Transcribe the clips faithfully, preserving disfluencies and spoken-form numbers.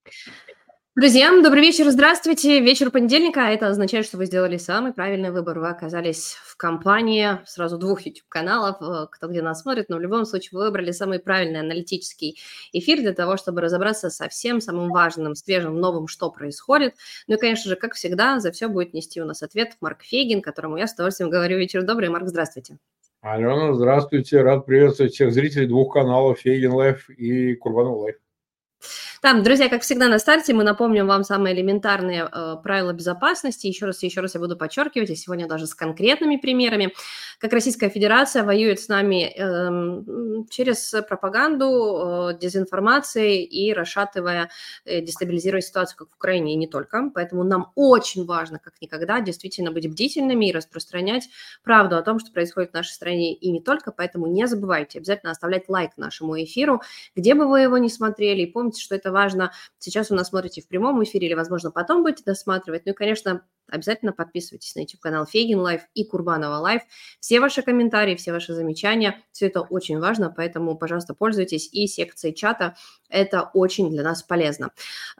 Друзья, добрый вечер, здравствуйте. Вечер понедельника, а это означает, что вы сделали самый правильный выбор. Вы оказались в компании сразу двух YouTube-каналов, э, кто где нас смотрит, но в любом случае вы выбрали самый правильный аналитический эфир для того, чтобы разобраться со всем самым важным, свежим, новым, что происходит. Ну и, конечно же, как всегда, за все будет нести у нас ответ Марк Фейгин, которому я с удовольствием говорю вечер добрый. Марк, здравствуйте. Алена, здравствуйте. Рад приветствовать всех зрителей двух каналов Фейгин Лайф и Курбанов Лайф. Там, друзья, как всегда на старте мы напомним вам самые элементарные э, правила безопасности. Еще раз, еще раз я буду подчеркивать, и сегодня даже с конкретными примерами, как Российская Федерация воюет с нами э, через пропаганду, э, дезинформацией и расшатывая, э, дестабилизируя ситуацию, как в Украине, и не только. Поэтому нам очень важно, как никогда, действительно быть бдительными и распространять правду о том, что происходит в нашей стране, и не только. Поэтому не забывайте обязательно оставлять лайк нашему эфиру, где бы вы его ни смотрели, и помните, что это важно. Сейчас вы нас смотрите в прямом эфире или, возможно, потом будете досматривать. Ну и, конечно, обязательно подписывайтесь на YouTube-канал Фейгин Лайф и Курбанова Лайф. Все ваши комментарии, все ваши замечания, все это очень важно, поэтому, пожалуйста, пользуйтесь и секцией чата. Это очень для нас полезно.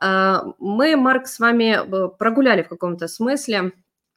Мы, Марк, с вами прогуляли в каком-то смысле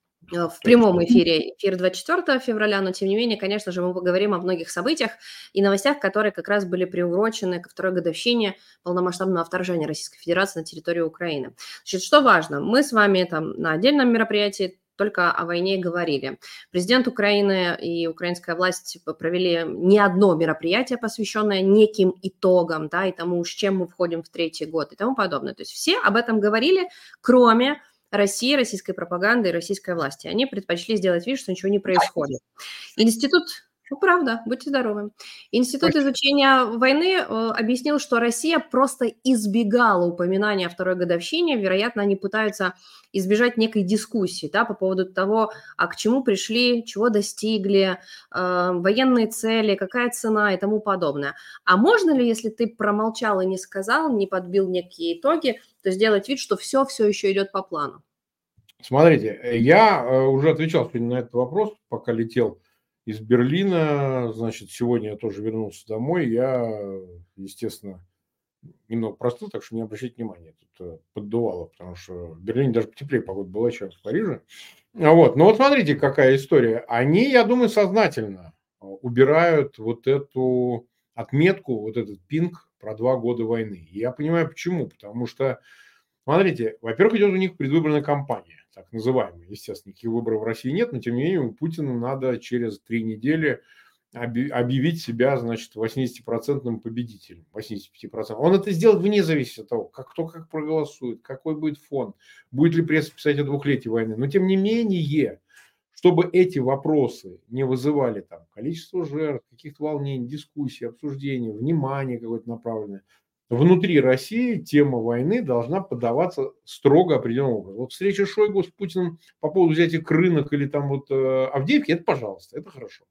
в прямом эфире, эфир двадцать четвёртого февраля, но, тем не менее, конечно же, мы поговорим о многих событиях и новостях, которые как раз были приурочены ко второй годовщине полномасштабного вторжения Российской Федерации на территорию Украины. Значит, что важно? Мы с вами там на отдельном мероприятии только о войне говорили. Президент Украины и украинская власть провели не одно мероприятие, посвященное неким итогам, да, и тому, с чем мы входим в третий год и тому подобное. То есть все об этом говорили, кроме России, российской пропаганды и российской власти. Они предпочли сделать вид, что ничего не происходит. Институт, ну правда, будьте здоровы. Институт изучения войны э, объяснил, что Россия просто избегала упоминания о второй годовщине. Вероятно, они пытаются избежать некой дискуссии, да, по поводу того, а к чему пришли, чего достигли, э, военные цели, какая цена и тому подобное. А можно ли, если ты промолчал и не сказал, не подбил некие итоги, то сделать вид, что все все еще идет по плану? Смотрите, я уже отвечал сегодня на этот вопрос, пока летел из Берлина. Значит, сегодня я тоже вернулся домой. Я, естественно, немного простыл, так что не обращайте внимания. Тут поддувало, потому что в Берлине даже потеплее погода была, чем в Париже. Вот. Но вот смотрите, какая история. Они, я думаю, сознательно убирают вот эту отметку, вот этот пинг про два года войны. И я понимаю, почему. Потому что, смотрите, во-первых, идет у них предвыборная кампания, так называемая. Естественно, никаких выборов в России нет, но тем не менее Путину надо через три недели объявить себя, значит, восьмидесятипроцентным победителем. восемьдесят пять процентов. Он это сделает вне зависимости от того, как, кто как проголосует, какой будет фон, будет ли пресса писать о двухлетии войны. Но тем не менее, чтобы эти вопросы не вызывали там количество жертв, каких-то волнений, дискуссий, обсуждений, внимания какое-то направленное, внутри России тема войны должна подаваться строго определенным образом. Вот встреча Шойгу с Путиным по поводу взятия Крынок или там вот э, Авдеевки, это пожалуйста, это хорошо.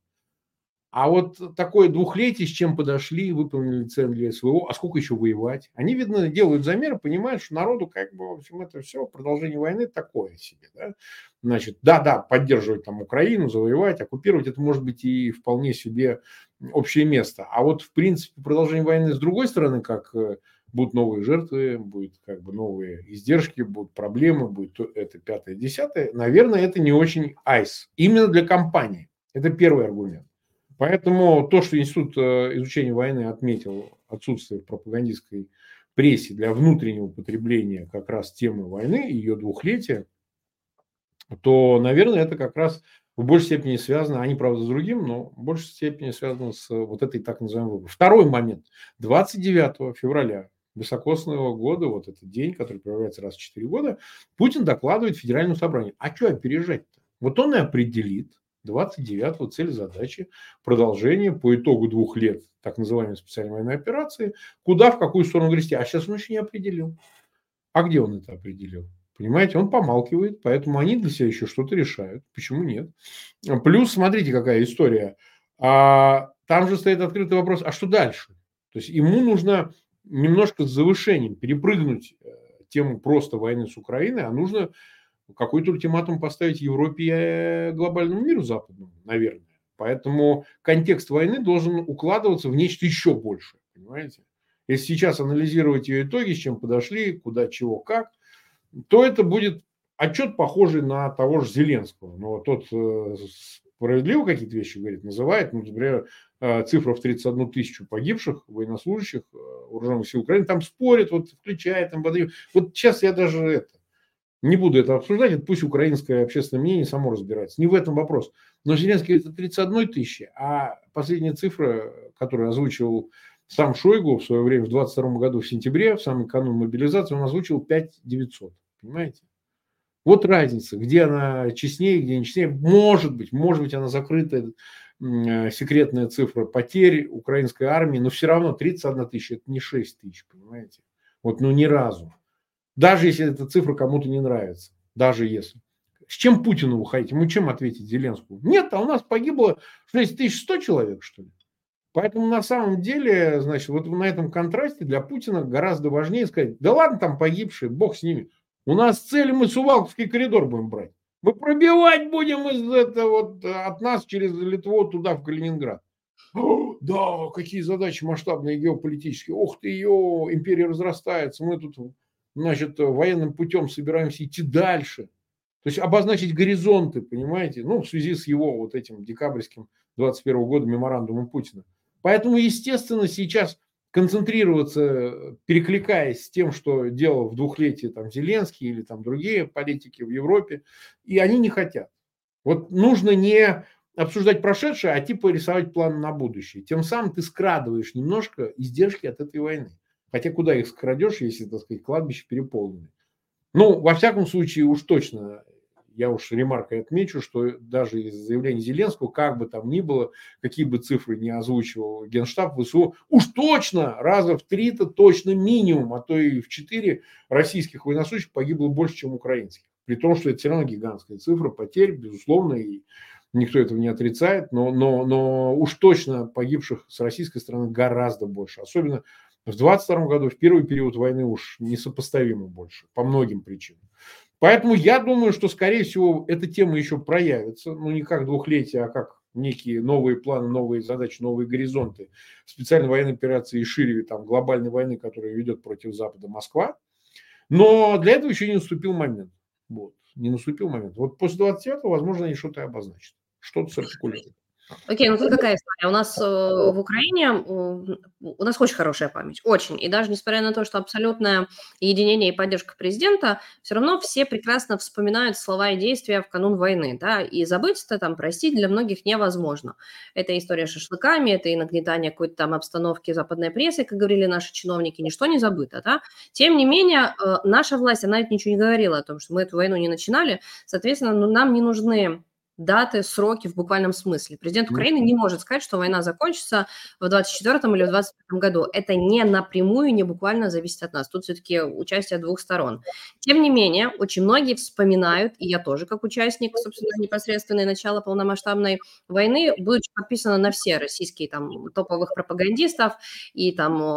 А вот такое двухлетие, с чем подошли, выполнили цели СВО, а сколько еще воевать? Они, видно, делают замеры, понимают, что народу как бы, в общем, это все, продолжение войны такое себе. Да? Значит, да-да, поддерживать там Украину, завоевать, оккупировать, это может быть и вполне себе общее место. А вот, в принципе, продолжение войны с другой стороны, как будут новые жертвы, будут как бы новые издержки, будут проблемы, будет это пятое, десятое, наверное, это не очень айс. Именно для компании. Это первый аргумент. Поэтому то, что Институт изучения войны отметил отсутствие в пропагандистской прессе для внутреннего потребления как раз темы войны и ее двухлетия, то, наверное, это как раз в большей степени связано, они, правда, с другим, но в большей степени связано с вот этой так называемой выбором. Второй момент. двадцать девятого февраля високосного года, вот этот день, который проявляется раз в четыре года, Путин докладывает Федеральному собранию. А что опережать-то? Вот он и определит двадцать девятого цель задачи продолжение по итогу двух лет так называемой специальной военной операции, куда, в какую сторону грести. А сейчас он еще не определил. А где он это определил? Понимаете, он помалкивает, поэтому они для себя еще что-то решают. Почему нет? Плюс, смотрите, какая история. А, там же стоит открытый вопрос, а что дальше? То есть ему нужно немножко с завышением перепрыгнуть тему просто войны с Украиной, а нужно какой-то ультиматум поставить Европе и глобальному миру западному, наверное. Поэтому контекст войны должен укладываться в нечто еще большее, понимаете? если сейчас анализировать ее итоги, с чем подошли, куда, чего, как, то это будет отчет, похожий на того же Зеленского. Но тот э, справедливо какие-то вещи говорит, называет, ну, например, э, цифра в тридцать одну тысячу погибших военнослужащих э, вооруженных сил Украины, там спорят, вот включает, там подают. Вот сейчас я даже это, не буду это обсуждать, это пусть украинское общественное мнение само разбирается. Не в этом вопрос. Но Зеленский говорит о тридцать одной тысяче, а последняя цифра, которую озвучивал сам Шойгу в свое время, в двадцать втором году, в сентябре, в самый канун мобилизации, он озвучил пять тысяч девятьсот. Понимаете? Вот разница, где она честнее, где не честнее. Может быть, может быть, она закрытая, секретная цифра потерь украинской армии, но все равно тридцать одна тысяча, это не шесть тысяч, понимаете? Вот, ну, ни разу. Даже если эта цифра кому-то не нравится. Даже если. С чем Путину вы хотите? Ему чем ответить Зеленскому? Нет, а у нас погибло шесть тысяч сто человек, что ли? Поэтому на самом деле, значит, вот на этом контрасте для Путина гораздо важнее сказать, да ладно там погибшие, бог с ними. У нас цель, мы Сувалковский коридор будем брать. Мы пробивать будем из этого вот от нас через Литву туда в Калининград. О, да, какие задачи масштабные геополитические. Ох ты, ее империя разрастается. Мы тут, значит, военным путем собираемся идти дальше. То есть обозначить горизонты, понимаете, ну, в связи с его вот этим декабрьским двадцать первого года меморандумом Путина. Поэтому, естественно, сейчас концентрироваться, перекликаясь с тем, что делал в двухлетии там Зеленский или там другие политики в Европе, и они не хотят. Вот нужно не обсуждать прошедшее, а типа рисовать план на будущее. Тем самым ты скрадываешь немножко издержки от этой войны. Хотя куда их скрадешь, если, так сказать, кладбище переполнено. Ну, во всяком случае, уж точно, я уж ремаркой отмечу, что даже из заявления Зеленского, как бы там ни было, какие бы цифры не озвучивал Генштаб ВСУ, уж точно раза в три-то точно минимум, а то и в четыре российских военнослужащих погибло больше, чем украинских. При том, что это все равно гигантская цифра потерь, безусловно, и никто этого не отрицает, но, но, но уж точно погибших с российской стороны гораздо больше. Особенно в двадцать втором году, в первый период войны, уж несопоставимо больше, по многим причинам. Поэтому я думаю, что, скорее всего, эта тема еще проявится, ну, не как двухлетие, а как некие новые планы, новые задачи, новые горизонты специальной военной операции и шире там, глобальной войны, которая ведет против Запада Москва. Но для этого еще не наступил момент. Вот. Не наступил момент. Вот после двадцать девятого, возможно, они что-то и обозначат. Что-то сартикулируют. Окей, ну тут какая история? У нас э, в Украине у, у нас очень хорошая память, очень. И даже несмотря на то, что абсолютное единение и поддержка президента, все равно все прекрасно вспоминают слова и действия в канун войны, да, и забыть это, там, простить для многих невозможно. Это история с шашлыками, это и нагнетание какой-то там обстановки западной прессы, как говорили наши чиновники, ничто не забыто, да. Тем не менее, э, наша власть, она ведь ничего не говорила о том, что мы эту войну не начинали, соответственно, ну, нам не нужны даты, сроки в буквальном смысле. Президент Украины не может сказать, что война закончится в двадцать четвёртом или в двадцать пятом году. Это не напрямую, не буквально зависит от нас. Тут все-таки участие двух сторон. Тем не менее, очень многие вспоминают, и я тоже как участник, собственно, непосредственное начало полномасштабной войны, будучи подписана на все российские там топовых пропагандистов и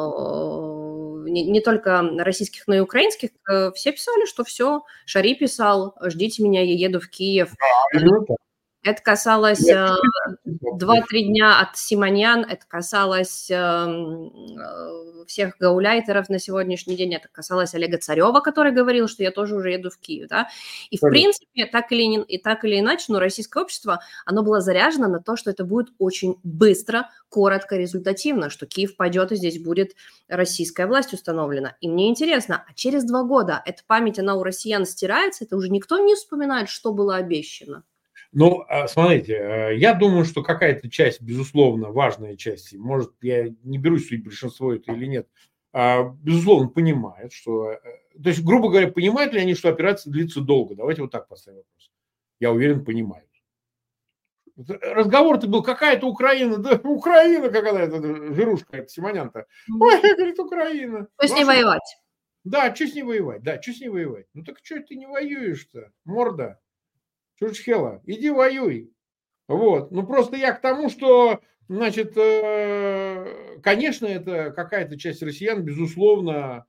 там не, не только российских, но и украинских, все писали, что все, Шари писал, ждите меня, я еду в Киев. Это касалось э, два-три дня от Симоньян, это касалось э, э, всех гауляйтеров на сегодняшний день, это касалось Олега Царева, который говорил, что я тоже уже еду в Киев, да, и в принципе, так или, не, и так или иначе, но российское общество, оно было заряжено на то, что это будет очень быстро, коротко, результативно, что Киев пойдет, и здесь будет российская власть установлена. И мне интересно, а через два года эта память, она у россиян стирается, это уже никто не вспоминает, что было обещано? Ну, смотрите, я думаю, что какая-то часть, безусловно, важная часть, может, я не берусь судить, большинство это или нет, безусловно, понимает, что... То есть, грубо говоря, понимают ли они, что операция длится долго? Давайте вот так поставим вопрос. Я уверен, понимают. Разговор-то был, какая-то Украина, да Украина какая-то, жирушка, это Симонян-то. Ой, говорит, Украина. Что с ней воевать? Да, что с ней воевать, да, что с ней воевать? Ну так что ты не воюешь-то, морда? Чурчхела, иди воюй. Вот. Ну, просто я к тому, что, значит, конечно, это какая-то часть россиян, безусловно,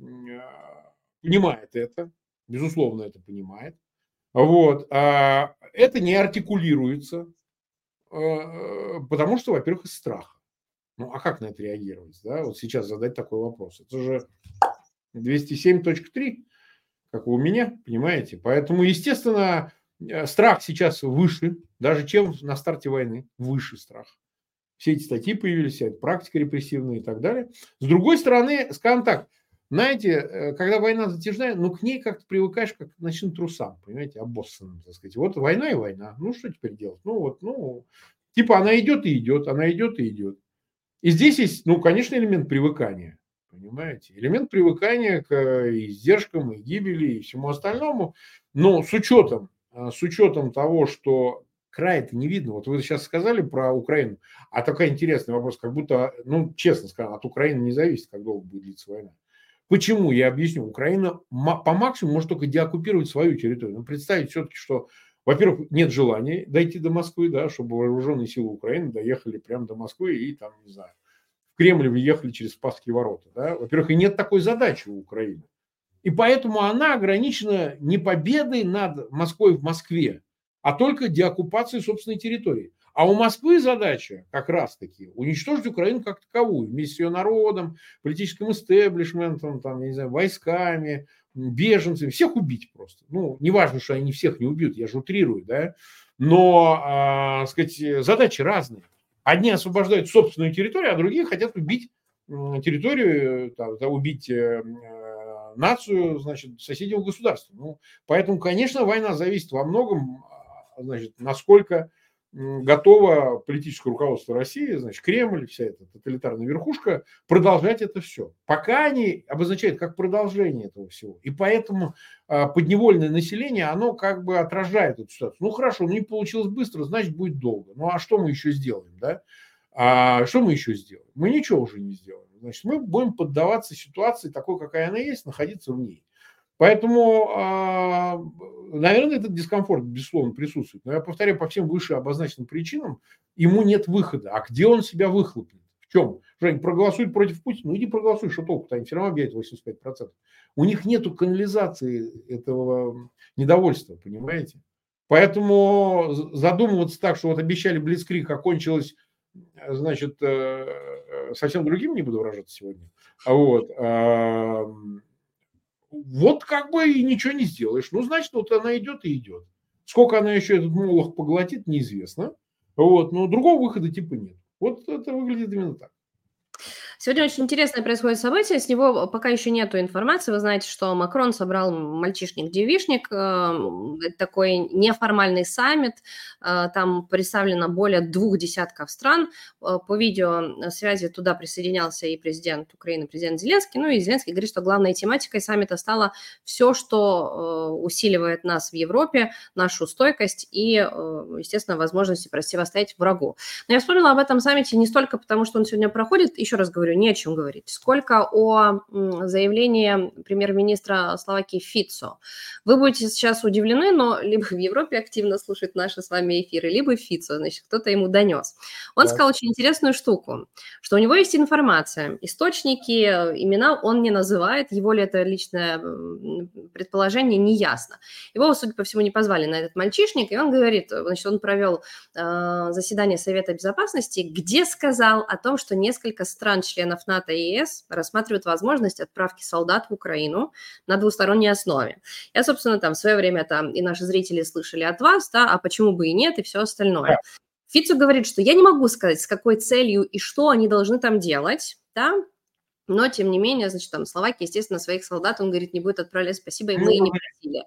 понимает это. Безусловно, это понимает. Вот. А это не артикулируется, потому что, во-первых, из страха. Ну, а как на это реагировать? Да? Вот сейчас задать такой вопрос. Это же двести семь точка три, как у меня, понимаете? Поэтому, естественно, страх сейчас выше, даже чем на старте войны. Выше страх. Все эти статьи появились, вся эта практика репрессивная и так далее. С другой стороны, скажем так, знаете, когда война затяжная, ну, к ней как-то привыкаешь, как к ночным трусам, понимаете, обоссанным, так сказать. Вот война и война. Ну, что теперь делать? Ну, вот, ну, типа она идет и идет, она идет и идет. И здесь есть, ну, конечно, элемент привыкания, понимаете? Элемент привыкания к издержкам и гибели и всему остальному. Но с учетом, с учетом того, что края-то не видно. Вот вы сейчас сказали про Украину, а такой интересный вопрос, как будто, ну, честно скажем, от Украины не зависит, как долго будет длиться война. Почему? Я объясню. Украина по максимуму может только деоккупировать свою территорию. Но представить все-таки, что, во-первых, нет желания дойти до Москвы, да, чтобы вооруженные силы Украины доехали прямо до Москвы и там, не знаю, в Кремль въехали через Спасские ворота. Да. Во-первых, и нет такой задачи у Украины. И поэтому она ограничена не победой над Москвой в Москве, а только деоккупацией собственной территории. А у Москвы задача как раз-таки уничтожить Украину как таковую, вместе с ее народом, политическим истеблишментом, там, я не знаю, войсками, беженцами, всех убить просто. Ну, неважно, что они всех не убьют, я же утрирую, да, но, а, сказать, задачи разные. Одни освобождают собственную территорию, а другие хотят убить территорию, там, убить нацию, значит, соседнего государства. Ну, поэтому, конечно, война зависит во многом, значит, насколько готово политическое руководство России, значит, Кремль, вся эта тоталитарная верхушка, продолжать это все. Пока они обозначают как продолжение этого всего. И поэтому подневольное население, оно как бы отражает эту ситуацию. Ну, хорошо, ну не получилось быстро, значит, будет долго. Ну, а что мы еще сделаем, да? А что мы еще сделаем? Мы ничего уже не сделаем. Значит, мы будем поддаваться ситуации такой, какая она есть, находиться в ней. Поэтому, наверное, этот дискомфорт, безусловно, присутствует. Но я повторяю, по всем выше обозначенным причинам ему нет выхода. А где он себя выхлопнет? В чем? Что они проголосуют против Путина? Ну, иди проголосуй, что толку-то? Они все равно объявят восемьдесят пять процентов. У них нету канализации этого недовольства, понимаете? Поэтому задумываться так, что вот обещали блицкриг, окончилось, значит, совсем другим, не буду выражаться сегодня. Вот. Вот как бы и ничего не сделаешь. Ну, значит, вот она идет и идет. Сколько она еще этот молох поглотит, неизвестно. Вот. Но другого выхода типа нет. Вот это выглядит именно так. Сегодня очень интересное происходит событие, с него пока еще нету информации. Вы знаете, что Макрон собрал мальчишник-девишник, такой неформальный саммит, там представлено более двух десятков стран. По видеосвязи туда присоединялся и президент Украины, президент Зеленский. Ну и Зеленский говорит, что главной тематикой саммита стало все, что усиливает нас в Европе, нашу стойкость и, естественно, возможности противостоять врагу. Но я вспомнила об этом саммите не столько потому, что он сегодня проходит, еще раз говорю, не о чем говорить, сколько о заявлении премьер-министра Словакии Фицо. Вы будете сейчас удивлены, но либо в Европе активно слушают наши с вами эфиры, либо Фицо, значит, кто-то ему донес. Он да. сказал очень интересную штуку, что у него есть информация, источники, имена он не называет, его ли это личное предположение, не ясно. Его, судя по всему, не позвали на этот мальчишник, и он говорит, значит, он провел э, заседание Совета Безопасности, где сказал о том, что несколько стран членов НАТО и ЕС рассматривают возможность отправки солдат в Украину на двусторонней основе. Я, собственно, там в свое время там и наши зрители слышали от вас, да, а почему бы и нет, и все остальное. Да. Фицо говорит, что я не могу сказать, с какой целью и что они должны там делать, да, но, тем не менее, значит, там Словакия, естественно, своих солдат, он говорит, не будет отправлять, спасибо, и мы и не просили.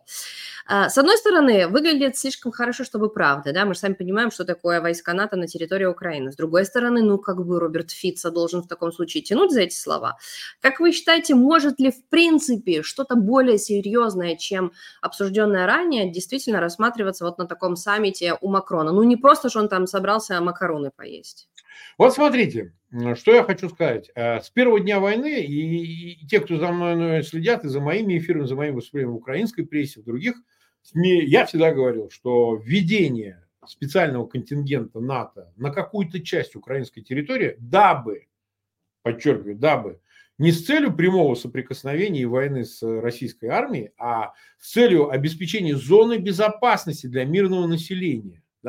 С одной стороны, выглядит слишком хорошо, чтобы правда, да, мы же сами понимаем, что такое войска НАТО на территории Украины. С другой стороны, ну, как бы Роберт Фицо должен в таком случае тянуть за эти слова. Как вы считаете, может ли, в принципе, что-то более серьезное, чем обсужденное ранее, действительно рассматриваться вот на таком саммите у Макрона? Ну, не просто же он там собрался макароны поесть. Вот смотрите, что я хочу сказать. С первого дня войны и, и те, кто за мной следят, и за моими эфирами, за моими выступлениями в украинской прессе, в других СМИ, я всегда говорил, что введение специального контингента НАТО на какую-то часть украинской территории, дабы, подчеркиваю, дабы, не с целью прямого соприкосновения и войны с российской армией, а с целью обеспечения зоны безопасности для мирного населения, да,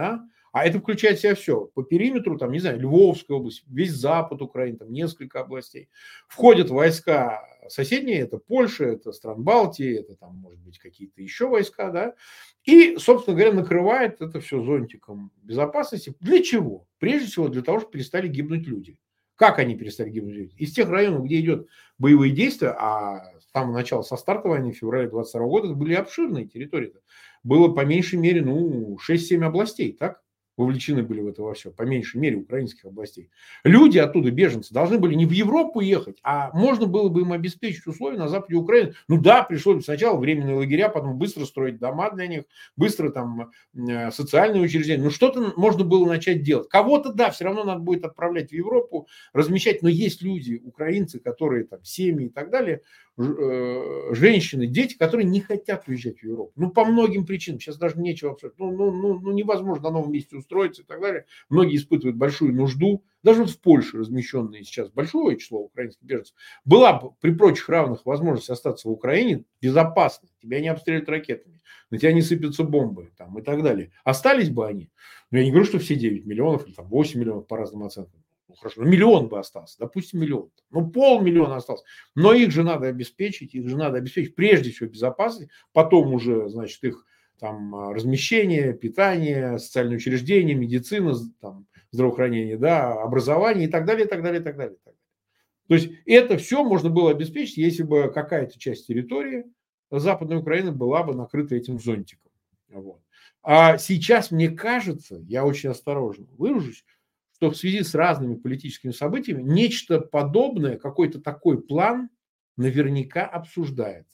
А это включает в себя все. По периметру, там, не знаю, Львовская область, весь запад Украины, там несколько областей. Входят войска соседние, это Польша, это стран Балтии, это там, может быть, какие-то еще войска, да. И, собственно говоря, накрывает это все зонтиком безопасности. Для чего? Прежде всего, для того, чтобы перестали гибнуть люди. Как они перестали гибнуть люди? Из тех районов, где идет боевые действия, а с самого начала, со старта войны, в феврале двадцать второго года, это были обширные территории. Было по меньшей мере, ну, шесть-семь областей, так? Вовлечены были в это во все, по меньшей мере, украинских областей. Люди оттуда, беженцы, должны были не в Европу ехать, а можно было бы им обеспечить условия на западе Украины. Ну да, пришлось бы сначала временные лагеря, потом быстро строить дома для них, быстро там э, социальные учреждения. Ну что-то можно было начать делать. Кого-то, да, все равно надо будет отправлять в Европу, размещать. Но есть люди, украинцы, которые там, семьи и так далее, женщины, дети, которые не хотят уезжать в Европу. Ну, по многим причинам. Сейчас даже нечего обсуждать. Ну, ну, ну, ну, невозможно на новом месте устроиться и так далее. Многие испытывают большую нужду. Даже вот в Польше размещенные сейчас большое число украинских беженцев. Была бы при прочих равных возможность остаться в Украине безопасно. Тебя не обстреливают ракетами. На тебя не сыпятся бомбы там, и так далее. Остались бы они. Но я не говорю, что все девять миллионов или там, восемь миллионов по разным оценкам. Ну, хорошо, ну, миллион бы остался, допустим, миллион. Ну, полмиллиона остался. Но их же надо обеспечить, их же надо обеспечить прежде всего безопасность, потом уже, значит, их там размещение, питание, социальные учреждения, медицина, там, здравоохранение, да, образование и так далее, и так далее, и так далее. И так далее. То есть это все можно было обеспечить, если бы какая-то часть территории Западной Украины была бы накрыта этим зонтиком. Вот. А сейчас, мне кажется, я очень осторожно выражусь, что в связи с разными политическими событиями нечто подобное, какой-то такой план наверняка обсуждается.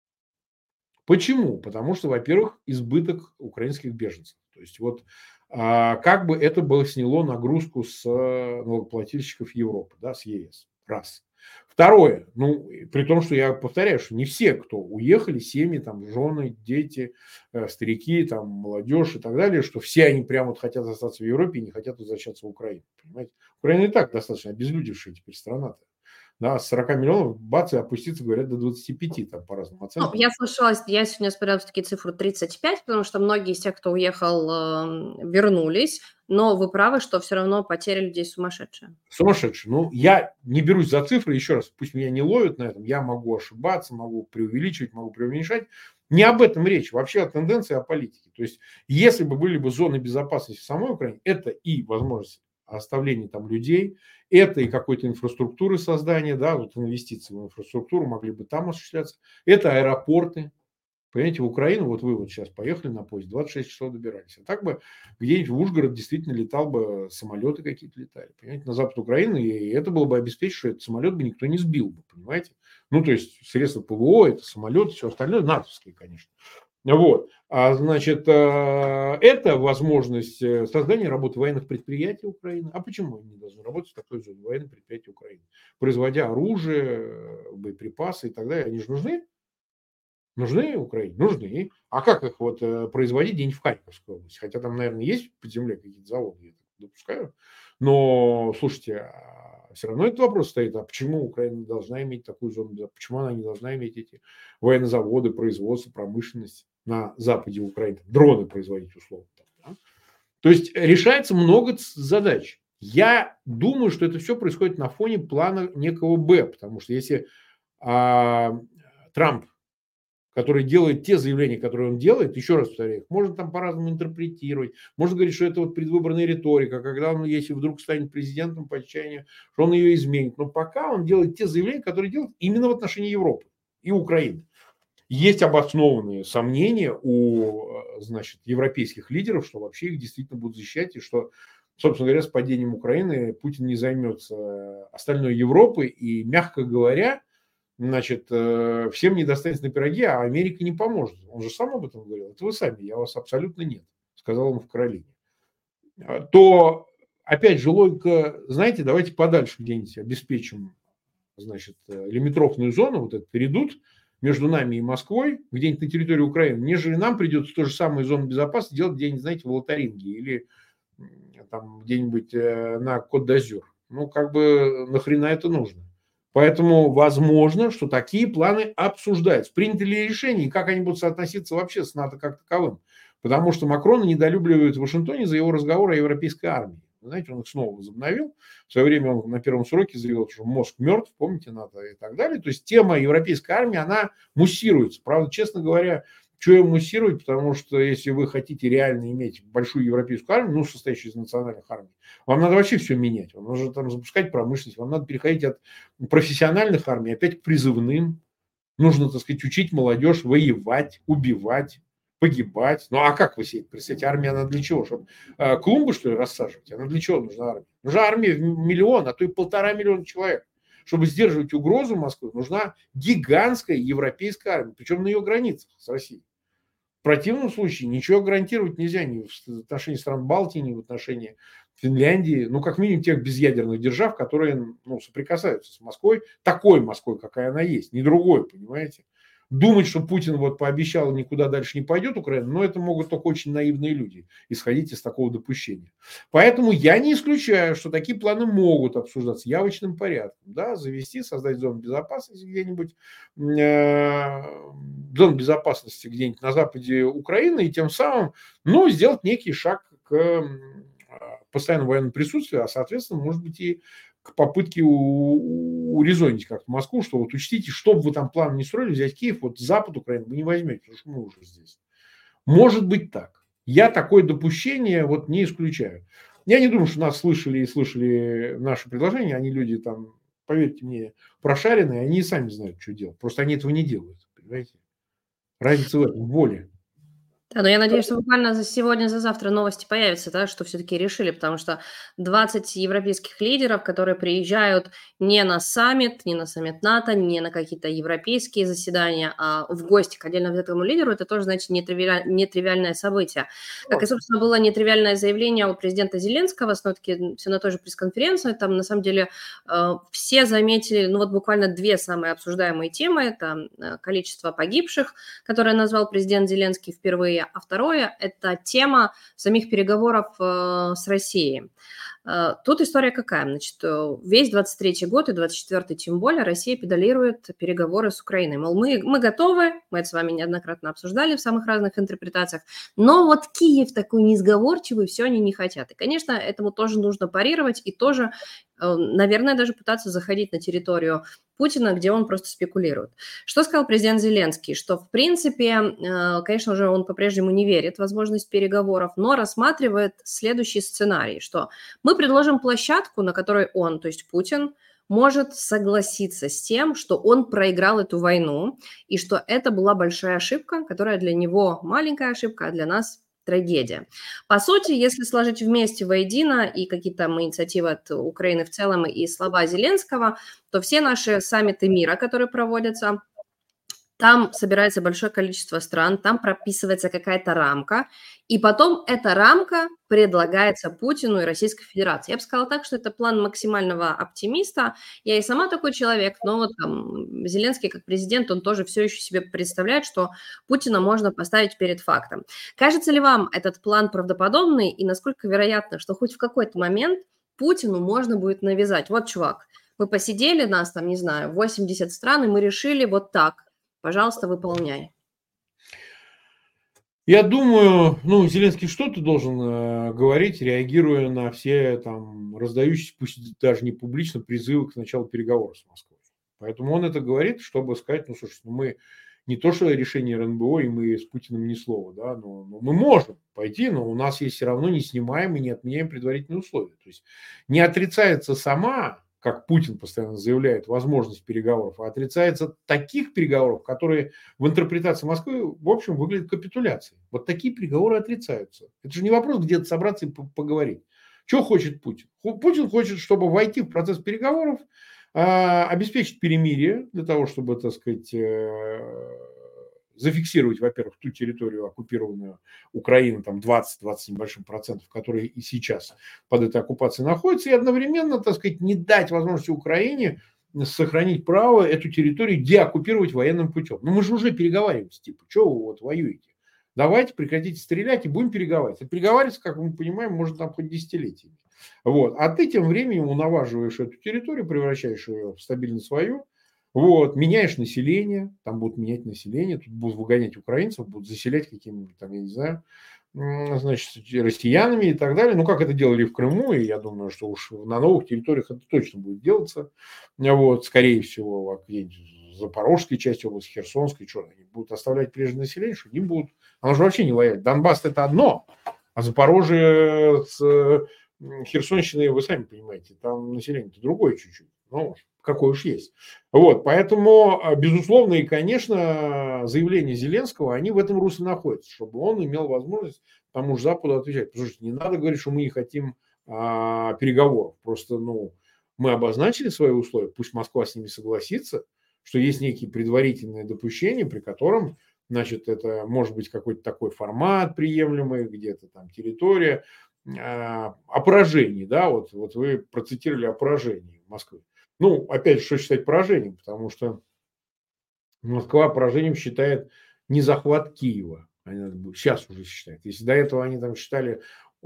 Почему? Потому что, во-первых, избыток украинских беженцев. То есть вот а, как бы это было сняло нагрузку с налогоплательщиков Европы, да, с ЕС. Раз. Второе, ну, при том, что я повторяю, что не все, кто уехали, семьи, там, жены, дети, э, старики, там, молодежь и так далее, что все они прямо вот хотят остаться в Европе и не хотят возвращаться в Украину. Понимаете? Украина и так достаточно обезлюдевшая теперь страна-то. Да, с сорока миллионов бац и опуститься, говорят, до двадцати пяти, там, по разным оценкам. Ну, я слышала, я сегодня смотрела все-таки цифру тридцать пять, потому что многие из тех, кто уехал, э, вернулись, но вы правы, что все равно потеря людей сумасшедшая. Сумасшедшие. Ну, я не берусь за цифры, еще раз, пусть меня не ловят на этом, я могу ошибаться, могу преувеличивать, могу преуменьшать. Не об этом речь, вообще о тенденции, о политике. То есть, если бы были бы зоны безопасности в самой Украине, это и возможность оставления там людей, это и какой-то инфраструктуры создания, да, вот инвестиции в инфраструктуру могли бы там осуществляться, это аэропорты. Понимаете, в Украину, вот вы вот сейчас поехали на поезд, двадцать шесть часов добирались. А так бы где-нибудь в Ужгород действительно летал бы, самолеты какие-то летали. Понимаете, на запад Украины, и это было бы обеспечено, что этот самолет бы никто не сбил бы, понимаете. Ну, то есть средства ПВО, это самолет, все остальное, натовские, конечно. Вот. А значит, это возможность создания работы военных предприятий Украины. А почему они не должны работать в такой зоне военных предприятий Украины? Производя оружие, боеприпасы и так далее. Они же нужны? Нужны Украине? Нужны. А как их вот производить где-нибудь в Харьковской области? Хотя там, наверное, есть под землей какие-то заводы, я так допускаю. Но, слушайте, все равно этот вопрос стоит, а почему Украина не должна иметь такую зону, почему она не должна иметь эти военные заводы, производство, промышленность на западе Украины, дроны производить условно. Да? То есть решается много задач. Я думаю, что это все происходит на фоне плана некого Б, потому что если а, Трамп, который делает те заявления, которые он делает, еще раз повторяю, их можно там по-разному интерпретировать. Можно говорить, что это вот предвыборная риторика, когда он, если вдруг станет президентом по отчаянию, что он ее изменит. Но пока он делает те заявления, которые делает именно в отношении Европы и Украины. Есть обоснованные сомнения у, значит, европейских лидеров, что вообще их действительно будут защищать, и что, собственно говоря, с падением Украины Путин не займется остальной Европой, и, мягко говоря, значит, всем не достанется на пироги, а Америка не поможет. Он же сам об этом говорил. Это вы сами, я вас абсолютно нет, сказал он в Каролине. То, опять же, логика, знаете, давайте подальше где-нибудь обеспечим, значит, лимитрофную зону, вот этот редут между нами и Москвой, где-нибудь на территории Украины, нежели нам придется то же самое зону безопасности делать где-нибудь, знаете, в Лотаринге или там где-нибудь на Кот-д'Азюр. Ну, как бы нахрена это нужно? Поэтому возможно, что такие планы обсуждаются. Приняты ли решения и как они будут соотноситься вообще с НАТО как таковым? Потому что Макрона недолюбливают в Вашингтоне за его разговор о европейской армии. Вы знаете, он их снова возобновил. В свое время он на первом сроке заявил, что мозг мертв, помните, НАТО и так далее. То есть тема европейской армии, она муссируется. Правда, честно говоря, что ее муссировать, потому что если вы хотите реально иметь большую европейскую армию, ну, состоящую из национальных армий, вам надо вообще все менять. Вам нужно там запускать промышленность, вам надо переходить от профессиональных армий опять к призывным. Нужно, так сказать, учить молодежь воевать, убивать, погибать. Ну, а как вы себе представляете, армия, она для чего? Чтобы э, клумбы, что ли, рассаживать? Она для чего нужна армия? Нужна армия в миллион, а то и полтора миллиона человек. Чтобы сдерживать угрозу Москвы, нужна гигантская европейская армия, причем на ее границах с Россией. В противном случае ничего гарантировать нельзя ни в отношении стран Балтии, ни в отношении Финляндии, ну, как минимум тех безъядерных держав, которые, ну, соприкасаются с Москвой, такой Москвой, какая она есть, не другой, понимаете. Думать, что Путин вот пообещал никуда дальше не пойдет Украина, но это могут только очень наивные люди исходить из такого допущения. Поэтому я не исключаю, что такие планы могут обсуждаться явочным порядком. Да, завести, создать зону безопасности где-нибудь, э, зону безопасности где-нибудь на западе Украины и тем самым, ну, сделать некий шаг к постоянному военному присутствию, а, соответственно, может быть, и к попытке урезонить как-то Москву, что вот учтите, что бы вы там план не строили, взять Киев, вот запад Украины вы не возьмете, потому что мы уже здесь. Может быть так. Я такое допущение вот не исключаю. Я не думаю, что нас слышали и слышали наши предложения, они люди там, поверьте мне, прошаренные, они и сами знают, что делать. Просто они этого не делают, понимаете? Разница в этом, в воле. Да, но я надеюсь, что буквально за сегодня, за завтра новости появятся, да, что все-таки решили, потому что двадцать европейских лидеров, которые приезжают не на саммит, не на саммит НАТО, не на какие-то европейские заседания, а в гости к отдельно взятому лидеру, это тоже, значит, нетривиаль... нетривиальное событие. Как и, собственно, было нетривиальное заявление у президента Зеленского, снова-таки все на той же пресс-конференции, там, на самом деле, все заметили, ну, вот буквально две самые обсуждаемые темы, это количество погибших, которое назвал президент Зеленский впервые, а второе – это тема самих переговоров э, с Россией. Э, тут история какая? Значит, весь двадцать третий год и двадцать четвёртый тем более Россия педалирует переговоры с Украиной. Мол, мы, мы готовы, мы это с вами неоднократно обсуждали в самых разных интерпретациях, но вот Киев такой несговорчивый, все они не хотят. И, конечно, этому тоже нужно парировать и тоже, э, наверное, даже пытаться заходить на территорию Путина, где он просто спекулирует. Что сказал президент Зеленский? Что, в принципе, конечно же, он по-прежнему не верит в возможность переговоров, но рассматривает следующий сценарий, что мы предложим площадку, на которой он, то есть Путин, может согласиться с тем, что он проиграл эту войну, и что это была большая ошибка, которая для него маленькая ошибка, а для нас трагедия. По сути, если сложить вместе воедино и какие-то инициативы от Украины в целом и слова Зеленского, то все наши саммиты мира, которые проводятся, там собирается большое количество стран, там прописывается какая-то рамка, и потом эта рамка предлагается Путину и Российской Федерации. Я бы сказала так, что это план максимального оптимиста. Я и сама такой человек, но вот там Зеленский как президент, он тоже все еще себе представляет, что Путина можно поставить перед фактом. Кажется ли вам этот план правдоподобный, и насколько вероятно, что хоть в какой-то момент Путину можно будет навязать? Вот, чувак, мы посидели, нас там, не знаю, восемьдесят стран, и мы решили вот так. Пожалуйста, выполняй. Я думаю, ну, Зеленский что-то должен э, говорить, реагируя на все там раздающиеся, пусть даже не публично, призывы к началу переговоров с Москвой. Поэтому он это говорит, чтобы сказать, ну, слушай, ну, мы не то, что решение РНБО, и мы с Путиным ни слова, да, но, но мы можем пойти, но у нас есть все равно не снимаем и не отменяем предварительные условия. То есть не отрицается сама, как Путин постоянно заявляет, возможность переговоров, а отрицается таких переговоров, которые в интерпретации Москвы, в общем, выглядят капитуляцией. Вот такие переговоры отрицаются. Это же не вопрос где-то собраться и поговорить. Что хочет Путин? Путин хочет, чтобы войти в процесс переговоров, обеспечить перемирие для того, чтобы, так сказать, зафиксировать, во-первых, ту территорию, оккупированную Украиной, там двадцать-двадцать небольшим процентов, которые и сейчас под этой оккупацией находятся, и одновременно, так сказать, не дать возможности Украине сохранить право эту территорию деоккупировать военным путем. Ну, мы же уже переговариваемся, типа, что вы вот воюете? Давайте прекратите стрелять и будем переговариваться. Переговариваться, как мы понимаем, может там хоть десятилетиями. Вот. А ты тем временем унаваживаешь эту территорию, превращаешь ее в стабильно свою, Вот, меняешь население, там будут менять население, тут будут выгонять украинцев, будут заселять какими-нибудь там, я не знаю, значит, россиянами и так далее. Ну, как это делали в Крыму, и я думаю, что уж на новых территориях это точно будет делаться. Вот, скорее всего, где-нибудь в Запорожской части области, Херсонской, что они будут оставлять прежнее население, что не будут. Оно же вообще не лояльно. Донбасс это одно, а Запорожье с Херсонщиной, вы сами понимаете, там население-то другое чуть-чуть. Ну, какой уж есть. Вот, поэтому, безусловно, и, конечно, заявления Зеленского, они в этом русле находятся, чтобы он имел возможность тому же Западу отвечать. Потому что не надо говорить, что мы не хотим а, переговоров. Просто, ну, мы обозначили свои условия, пусть Москва с ними согласится, что есть некие предварительные допущения, при котором, значит, это может быть какой-то такой формат приемлемый, где-то там территория, а, о поражении, да, вот, вот вы процитировали о поражении Москвы. Ну, опять же, что считать поражением, потому что Москва поражением считает не захват Киева, они сейчас уже считают. Если до этого они там считали,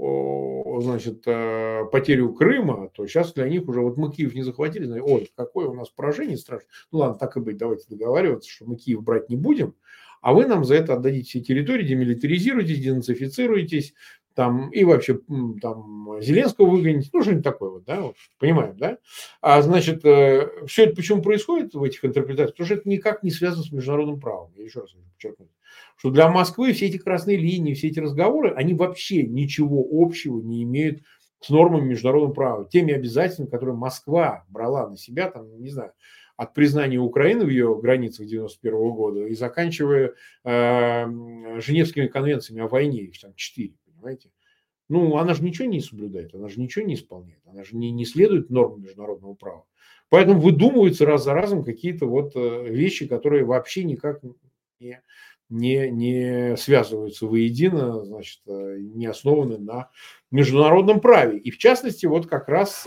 значит, потерю Крыма, то сейчас для них уже, вот мы Киев не захватили, ой, какое у нас поражение страшное. Ну ладно, так и быть, давайте договариваться, что мы Киев брать не будем, а вы нам за это отдадите все территории, демилитаризируйтесь, денацифицируйтесь, там, и вообще там Зеленского выгонить, ну, что-нибудь такое вот, да, вот, понимаем, да? А значит, все это почему происходит в этих интерпретациях? Потому что это никак не связано с международным правом. Я еще раз хочу подчеркнуть, что для Москвы все эти красные линии, все эти разговоры, они вообще ничего общего не имеют с нормами международного права, теми обязательствами, которые Москва брала на себя, там, не знаю, от признания Украины в ее границах девяносто первого года и заканчивая э, Женевскими конвенциями о войне, их там четыре. Понимаете? Ну, она же ничего не соблюдает, она же ничего не исполняет, она же не, не следует нормам международного права. Поэтому выдумываются раз за разом какие-то вот вещи, которые вообще никак не, не, не связываются воедино, значит, не основаны на международном праве. И в частности, вот как раз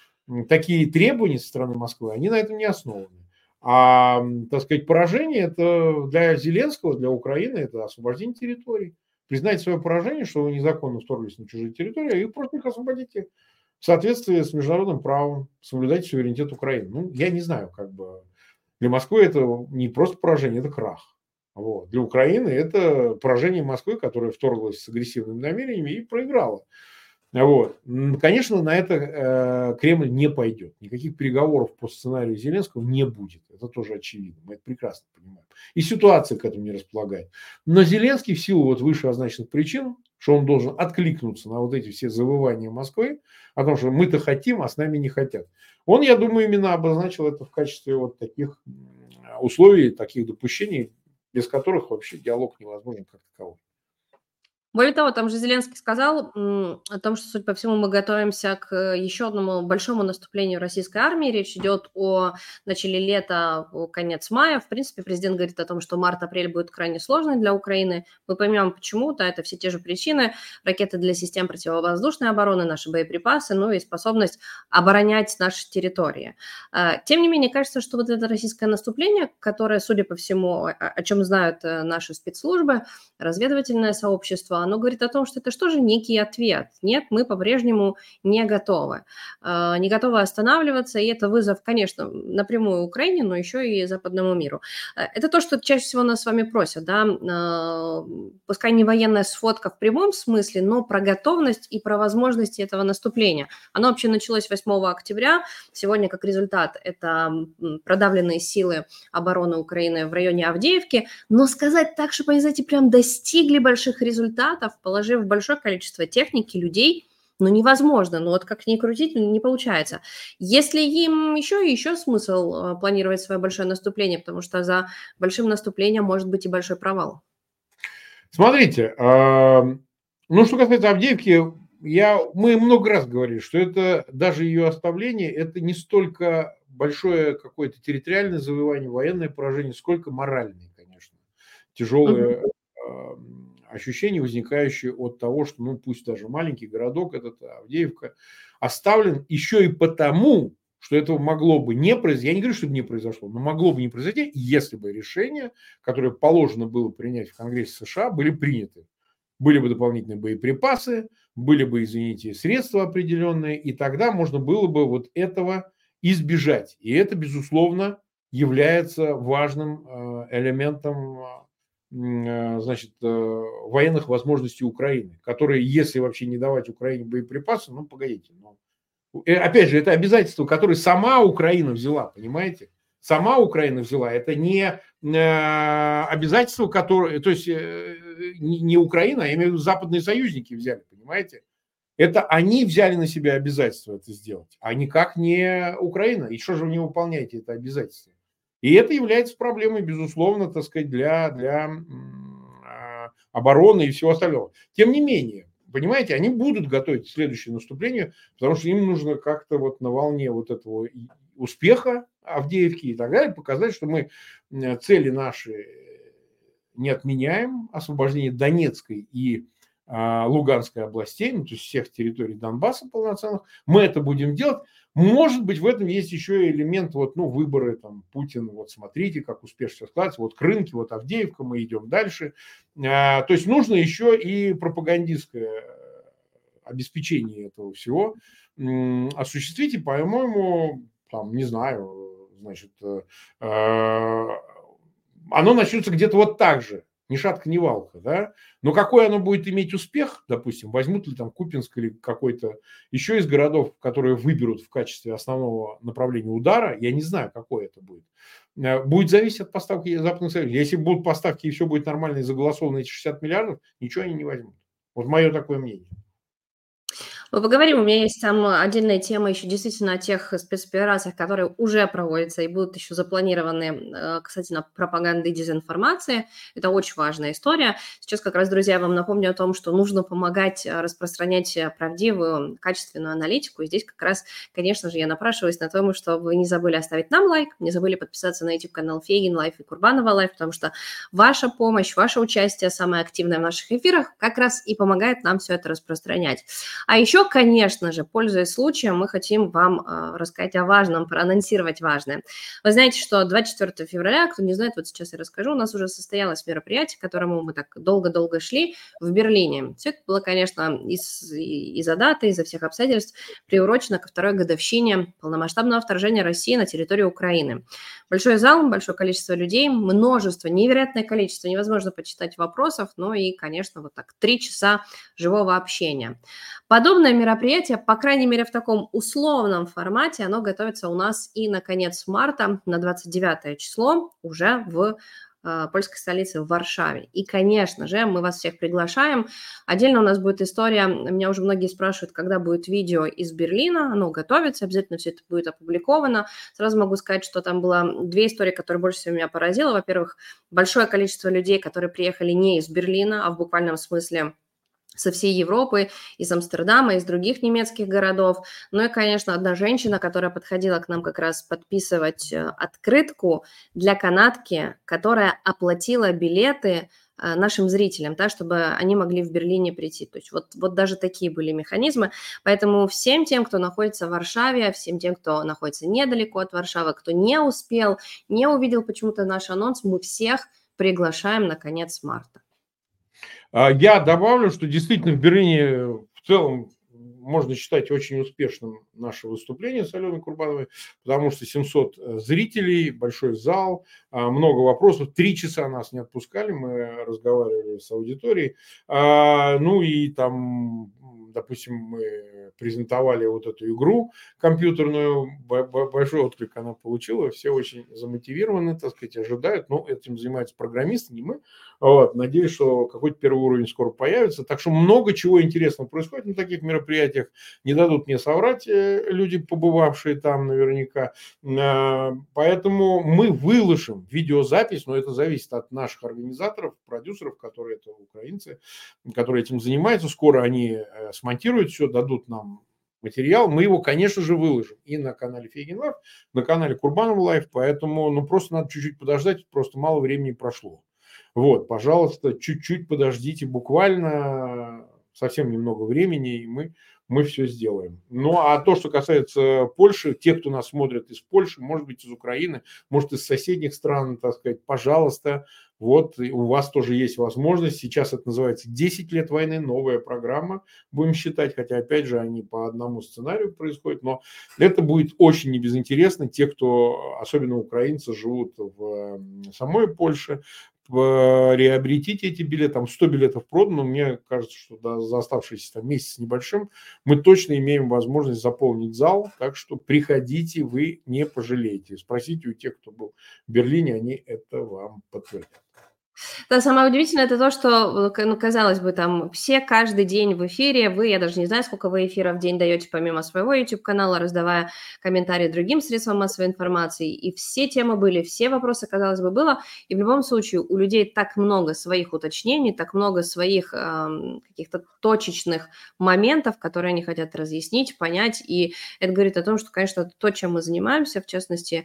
такие требования со стороны Москвы, они на этом не основаны. А, так сказать, поражение это для Зеленского, для Украины, это освобождение территорий. Признать свое поражение, что вы незаконно вторглись на чужие территории, и просто их освободите в соответствии с международным правом, соблюдайте суверенитет Украины. Ну, я не знаю, как бы для Москвы это не просто поражение, это крах. Вот. Для Украины это поражение Москвы, которая вторглась с агрессивными намерениями и проиграла. Вот. Конечно, на это э, Кремль не пойдет. Никаких переговоров по сценарию Зеленского не будет. Это тоже очевидно. Мы это прекрасно понимаем. И ситуация к этому не располагает. Но Зеленский в силу вот вышеозначенных причин, что он должен откликнуться на вот эти все завывания Москвы, о том, что мы-то хотим, а с нами не хотят. Он, я думаю, именно обозначил это в качестве вот таких условий, таких допущений, без которых вообще диалог невозможен как таковой. Более того, там же Зеленский сказал м, о том, что, судя по всему, мы готовимся к еще одному большому наступлению российской армии. Речь идет о начале лета, о конец мая. В принципе, президент говорит о том, что март-апрель будет крайне сложный для Украины. Мы поймем, почему. Да, это все те же причины. Ракеты для систем противовоздушной обороны, наши боеприпасы, ну и способность оборонять наши территории. Тем не менее, кажется, что вот это российское наступление, которое, судя по всему, о чем знают наши спецслужбы, разведывательное сообщество, оно говорит о том, что это что же некий ответ. Нет, мы по-прежнему не готовы. Не готовы останавливаться, и это вызов, конечно, напрямую Украине, но еще и западному миру. Это то, что чаще всего нас с вами просят, да, пускай не военная сходка в прямом смысле, но про готовность и про возможности этого наступления. Оно вообще началось восьмого октября. Сегодня, как результат, это продавленные силы обороны Украины в районе Авдеевки. Но сказать так, чтобы они, знаете, прям достигли больших результатов, положив большое количество техники, людей, ну, невозможно. Ну, вот как ни крутить, не получается. Если им еще и еще смысл планировать свое большое наступление, потому что за большим наступлением может быть и большой провал. Смотрите, ну, что касается Авдеевки, я, мы много раз говорили, что это даже ее оставление, это не столько большое какое-то территориальное завоевание, военное поражение, сколько моральное, конечно. Тяжелое uh-huh. ощущение, возникающее от того, что, ну, пусть даже маленький городок, этот Авдеевка, оставлен еще и потому, что этого могло бы не произойти. Я не говорю, что это не произошло, но могло бы не произойти, если бы решения, которые положено было принять в Конгрессе США, были приняты. Были бы дополнительные боеприпасы, были бы, извините, средства определенные, и тогда можно было бы вот этого избежать. И это, безусловно, является важным элементом, значит, военных возможностей Украины, которые, если вообще не давать Украине боеприпасы, ну, погодите, ну, опять же, это обязательство, которое сама Украина взяла, понимаете? Сама Украина взяла, это не обязательство, которое, то есть не Украина, а я имею в виду западные союзники взяли, понимаете? Это они взяли на себя обязательство это сделать, а никак не Украина. И что же вы не выполняете это обязательство? И это является проблемой, безусловно, так сказать, для, для обороны и всего остального. Тем не менее, понимаете, они будут готовить следующее наступление, потому что им нужно как-то вот на волне вот этого успеха Авдеевки и так далее показать, что мы цели наши не отменяем, освобождение Донецкой и Луганской областей, ну, то есть всех территорий Донбасса полноценных, мы это будем делать. Может быть, в этом есть еще элемент вот, ну, выборы там, Путина, вот смотрите, как успешно складывается, вот Крынки, вот Авдеевка, мы идем дальше. А, то есть нужно еще и пропагандистское обеспечение этого всего м, осуществить, и, по-моему, там, не знаю, значит, э, э, оно начнется где-то вот так же. Ни шатка, ни валка, да? Но какой оно будет иметь успех, допустим, возьмут ли там Купинск или какой-то еще из городов, которые выберут в качестве основного направления удара, я не знаю, какой это будет. Будет зависеть от поставки западных союзников. Если будут поставки и все будет нормально и заголосовано эти шестьдесят миллиардов, ничего они не возьмут. Вот мое такое мнение. Мы поговорим, у меня есть там отдельная тема еще действительно о тех спецоперациях, которые уже проводятся и будут еще запланированы касательно пропаганды и дезинформации. Это очень важная история. Сейчас как раз, друзья, я вам напомню о том, что нужно помогать распространять правдивую, качественную аналитику. И здесь как раз, конечно же, я напрашиваюсь на том, что вы не забыли оставить нам лайк, не забыли подписаться на YouTube-канал Фейгин Лайф и Курбанова Лайф, потому что ваша помощь, ваше участие самое активное в наших эфирах как раз и помогает нам все это распространять. А еще, конечно же, пользуясь случаем, мы хотим вам э, рассказать о важном, проанонсировать важное. Вы знаете, что двадцать четвёртого февраля, кто не знает, вот сейчас я расскажу, у нас уже состоялось мероприятие, к которому мы так долго-долго шли в Берлине. Все это было, конечно, из- из-за даты, из-за всех обстоятельств приурочено ко второй годовщине полномасштабного вторжения России на территорию Украины. Большой зал, большое количество людей, множество, невероятное количество, невозможно почитать вопросов, ну и, конечно, вот так три часа живого общения. Подобное мероприятие, по крайней мере, в таком условном формате, оно готовится у нас и на конец марта, на двадцать девятое число, уже в э, польской столице, в Варшаве. И, конечно же, мы вас всех приглашаем. Отдельно у нас будет история, меня уже многие спрашивают, когда будет видео из Берлина, оно готовится, обязательно все это будет опубликовано. Сразу могу сказать, что там было две истории, которые больше всего меня поразило. Во-первых, большое количество людей, которые приехали не из Берлина, а в буквальном смысле со всей Европы, из Амстердама, из других немецких городов. Ну и, конечно, одна женщина, которая подходила к нам как раз подписывать открытку для канадки, которая оплатила билеты нашим зрителям, да, чтобы они могли в Берлине прийти. То есть вот, вот даже такие были механизмы. Поэтому всем тем, кто находится в Варшаве, всем тем, кто находится недалеко от Варшавы, кто не успел, не увидел почему-то наш анонс, мы всех приглашаем на конец марта. Я добавлю, что действительно в Берлине в целом можно считать очень успешным наше выступление с Аленой Курбановой, потому что семьсот зрителей, большой зал, много вопросов. Три часа нас не отпускали, мы разговаривали с аудиторией. Ну и там, допустим, мы презентовали вот эту игру компьютерную, большой отклик она получила, все очень замотивированы, так сказать, ожидают. Но этим занимаются программисты, не мы. Вот. Надеюсь, что какой-то первый уровень скоро появится. Так что много чего интересного происходит на таких мероприятиях. Не дадут мне соврать люди, побывавшие там наверняка. Поэтому мы выложим видеозапись, но это зависит от наших организаторов, продюсеров, которые это украинцы, которые этим занимаются. Скоро они смонтируют все, дадут нам материал. Мы его, конечно же, выложим и на канале Фейгин Лайф, на канале Курбанова Лайф. Поэтому ну, просто надо чуть-чуть подождать, просто мало времени прошло. Вот, пожалуйста, чуть-чуть подождите, буквально совсем немного времени, и мы мы все сделаем. Ну, а то, что касается Польши, те, кто нас смотрит из Польши, может быть, из Украины, может, из соседних стран, так сказать, пожалуйста, вот у вас тоже есть возможность. Сейчас это называется десять лет войны, новая программа, будем считать, хотя, опять же, они по одному сценарию происходят, но это будет очень небезынтересно. Те, кто, особенно украинцы, живут в самой Польше, реабилитите эти билеты, там сто билетов продано, мне кажется, что да, за оставшийся там месяц небольшим мы точно имеем возможность заполнить зал, так что приходите, вы не пожалеете. Спросите у тех, кто был в Берлине, они это вам подтвердят. Да, самое удивительное это то, что, ну, казалось бы, там все каждый день в эфире, вы, я даже не знаю, сколько вы эфиров в день даете помимо своего YouTube-канала, раздавая комментарии другим средствам массовой информации, и все темы были, все вопросы, казалось бы, было, и в любом случае у людей так много своих уточнений, так много своих э, каких-то точечных моментов, которые они хотят разъяснить, понять, и это говорит о том, что, конечно, то, чем мы занимаемся, в частности,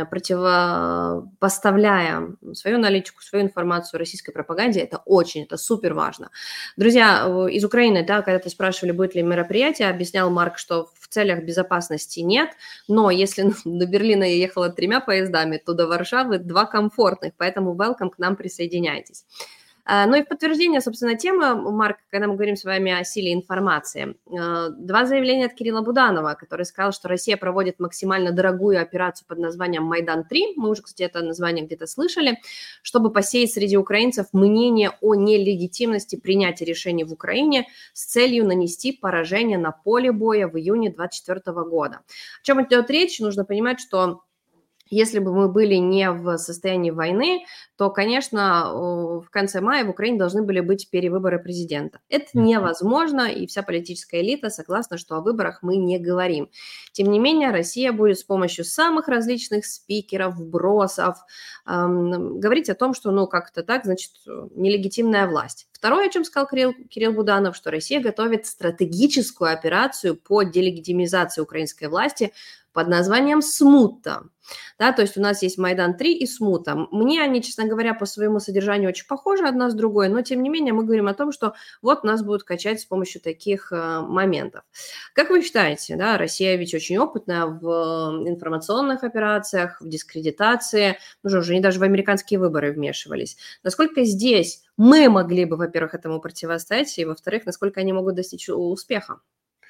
противопоставляя свою аналитику, свою информацию российской пропаганде, это очень, это супер важно. Друзья, из Украины, да, когда-то спрашивали, будет ли мероприятие, объяснял Марк, что в целях безопасности нет, но если до Берлина я ехала тремя поездами, то до Варшавы два комфортных, поэтому welcome, к нам присоединяйтесь. Ну и в подтверждение, собственно, темы, Марк, когда мы говорим с вами о силе информации, два заявления от Кирилла Буданова, который сказал, что Россия проводит максимально дорогую операцию под названием «Майдан-три», мы уже, кстати, это название где-то слышали, чтобы посеять среди украинцев мнение о нелегитимности принятия решений в Украине с целью нанести поражение на поле боя в июне двадцать четвёртого года. О чем идет речь? Нужно понимать, что если бы мы были не в состоянии войны, то, конечно, в конце мая в Украине должны были быть перевыборы президента. Это невозможно, и вся политическая элита согласна, что о выборах мы не говорим. Тем не менее, Россия будет с помощью самых различных спикеров, вбросов эм, говорить о том, что, ну, как-то так, значит, нелегитимная власть. Второе, о чем сказал Кирилл, Кирилл Буданов, что Россия готовит стратегическую операцию по делегитимизации украинской власти под названием «Смута». Да, то есть у нас есть Майдан-три и Смута. Мне они, честно говоря, по своему содержанию очень похожи одна с другой, но тем не менее мы говорим о том, что вот нас будут качать с помощью таких э, моментов. Как вы считаете, да, Россия ведь очень опытная в информационных операциях, в дискредитации, ну же, уже не даже в американские выборы вмешивались. Насколько здесь мы могли бы, во-первых, этому противостоять, и, во-вторых, насколько они могут достичь успеха?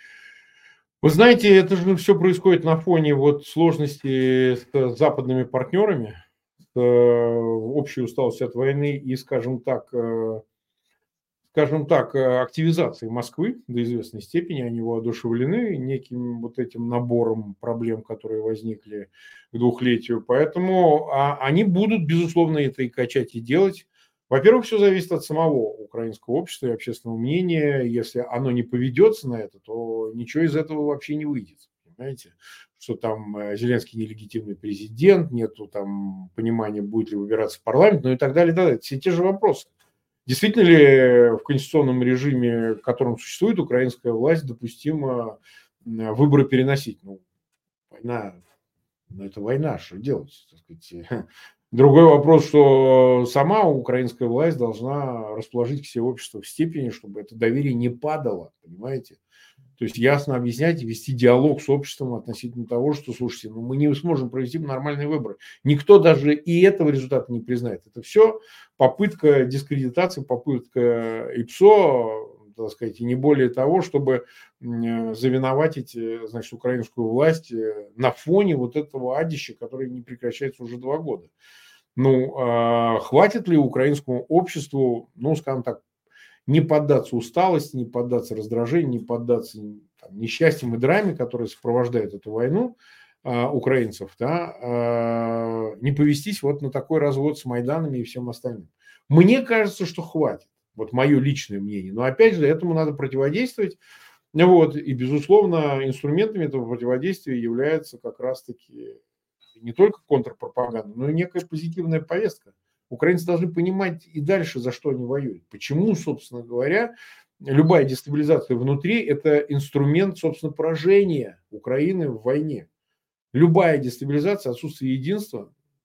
Вы знаете, это же все происходит на фоне вот сложности с западными партнерами, с общей усталостью от войны и, скажем так, скажем так, активизации Москвы до известной степени. Они воодушевлены неким вот этим набором проблем, которые возникли к двухлетию. Поэтому а, они будут, безусловно, это и качать, и делать. Во-первых, все зависит от самого украинского общества и общественного мнения. Если оно не поведется на это, то ничего из этого вообще не выйдет. Понимаете? Что там Зеленский нелегитимный президент, нету там понимания, будет ли выбираться парламент, ну и так далее, и так далее. Все те же вопросы. Действительно ли в конституционном режиме, в котором существует украинская власть, допустимо выборы переносить? Ну, война, ну это война, что делать? Так сказать. Другой вопрос, что сама украинская власть должна расположить все общество в степени, чтобы это доверие не падало, понимаете? То есть ясно объяснять и вести диалог с обществом относительно того, что, слушайте, ну мы не сможем провести нормальные выборы. Никто даже и этого результата не признает. Это все попытка дискредитации, попытка ИПСО, так сказать, и не более того, чтобы завиноватить, значит, украинскую власть на фоне вот этого адища, который не прекращается уже два года. Ну, э, хватит ли украинскому обществу, ну, скажем так, не поддаться усталости, не поддаться раздражению, не поддаться там, несчастьям и драме, которые сопровождают эту войну э, украинцев, да, э, не повестись вот на такой развод с Майданами и всем остальным. Мне кажется, что хватит. Вот мое личное мнение. Но опять же, этому надо противодействовать. Вот. И, безусловно, инструментами этого противодействия является как раз-таки не только контрпропаганда, но и некая позитивная повестка. Украинцы должны понимать и дальше, за что они воюют. Почему, собственно говоря, любая дестабилизация внутри – это инструмент, собственно, поражения Украины в войне. Любая дестабилизация, отсутствие единства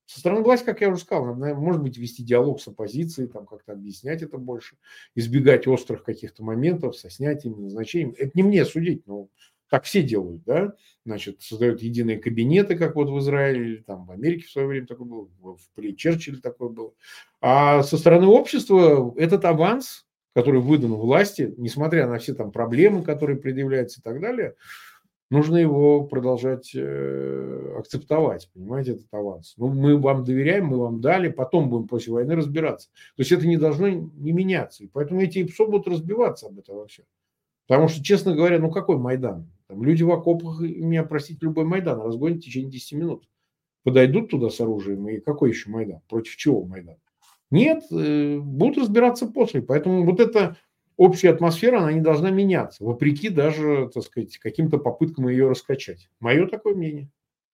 Со стороны власти, как я уже сказал, надо, наверно, может быть, вести диалог с оппозицией, там как-то объяснять это больше, избегать острых каких-то моментов со снятием, назначением. Это не мне судить, но так все делают, да. Значит, создают единые кабинеты, как вот в Израиле, или там в Америке в свое время такое было, в при Черчилле такое было. А со стороны общества этот аванс, который выдан власти, несмотря на все там проблемы, которые предъявляются и так далее, нужно его продолжать э, акцептовать, понимаете, этот аванс. Ну, мы вам доверяем, мы вам дали, потом будем после войны разбираться. То есть это не должно не меняться. И поэтому эти ИПСО будут разбиваться об этом вообще. Потому что, честно говоря, ну какой Майдан? Там люди в окопах, меня, простите, любой Майдан разгонят в течение десяти минут. Подойдут туда с оружием, и какой еще Майдан? Против чего Майдан? Нет, э, будут разбираться после. Поэтому вот эта общая атмосфера, она не должна меняться, вопреки даже, так сказать, каким-то попыткам ее раскачать. Мое такое мнение.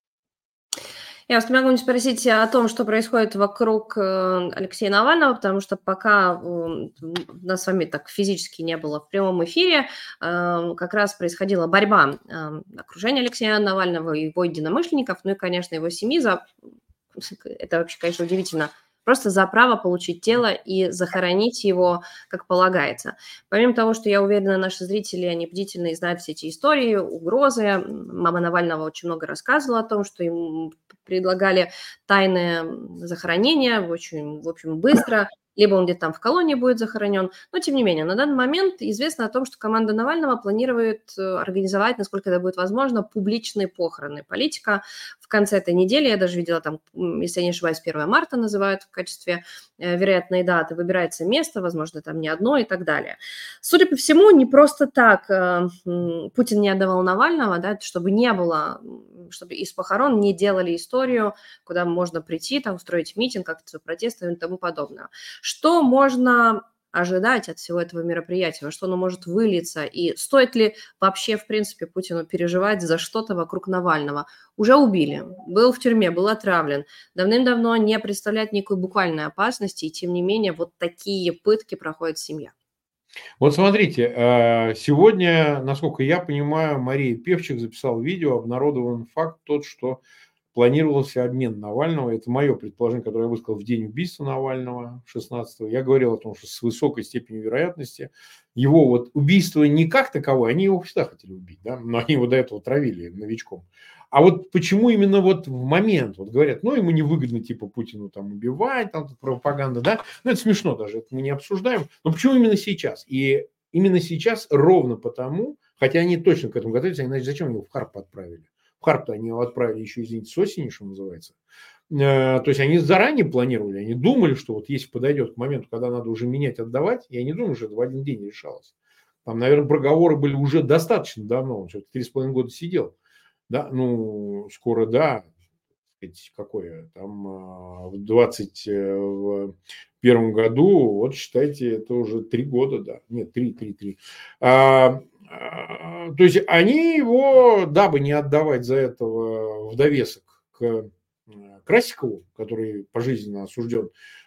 Я вас не могу не спросить о том, что происходит вокруг э, Алексея Навального, потому что пока э, нас с вами так физически не было в прямом эфире, э, как раз происходила борьба э, окружения Алексея Навального, его единомышленников, ну и, конечно, его семьи за... Это вообще, конечно, удивительно. Просто за право получить тело и захоронить его, как полагается. Помимо того, что я уверена, наши зрители, они бдительны и знают все эти истории, угрозы. Мама Навального очень много рассказывала о том, что ему предлагали тайное захоронение очень, в общем, быстро, либо он где-то там в колонии будет захоронен. Но, тем не менее, на данный момент известно о том, что команда Навального планирует организовать, насколько это будет возможно, публичные похороны политика в конце этой недели. Я даже видела там, если я не ошибаюсь, первое марта называют в качестве э, вероятной даты. Выбирается место, возможно, там не одно и так далее. Судя по всему, не просто так э, Путин не отдавал Навального, да, чтобы не было, чтобы из похорон не делали историю, куда можно прийти, там, устроить митинг, как-то протест и тому подобное. Что можно ожидать от всего этого мероприятия, во что оно может вылиться, и стоит ли вообще, в принципе, Путину переживать за что-то вокруг Навального? Уже убили, был в тюрьме, был отравлен, давным-давно не представляет никакой буквальной опасности, и тем не менее вот такие пытки проходит семья. Вот смотрите, сегодня, насколько я понимаю, Мария Певчих записала видео, обнародован факт тот, что планировался обмен Навального. Это мое предположение, которое я высказал в день убийства Навального, шестнадцатого. Я говорил о том, что с высокой степенью вероятности его вот убийство не как таковое, они его всегда хотели убить, да, но они его до этого травили новичком. А вот почему именно вот в момент, вот говорят, ну, ему невыгодно, типа, Путину там убивать, там, пропаганда, да, ну, это смешно даже, это мы не обсуждаем, но почему именно сейчас? И именно сейчас ровно потому, хотя они точно к этому готовятся, иначе зачем его в Харп отправили? В Харп-то они его отправили еще, извините, с осени, что называется. То есть они заранее планировали, они думали, что вот если подойдет к моменту, когда надо уже менять, отдавать, я не думаю, что это в один день решалось. Там, наверное, проговоры были уже достаточно давно, он все-таки три с половиной года сидел. Да, ну, скоро, да, какое там в двадцать первом году, вот считайте, это уже три года, да, нет, три, три, три. А, а, то есть они его, дабы не отдавать за этого в довесок к Красикову, который пожизненно осужден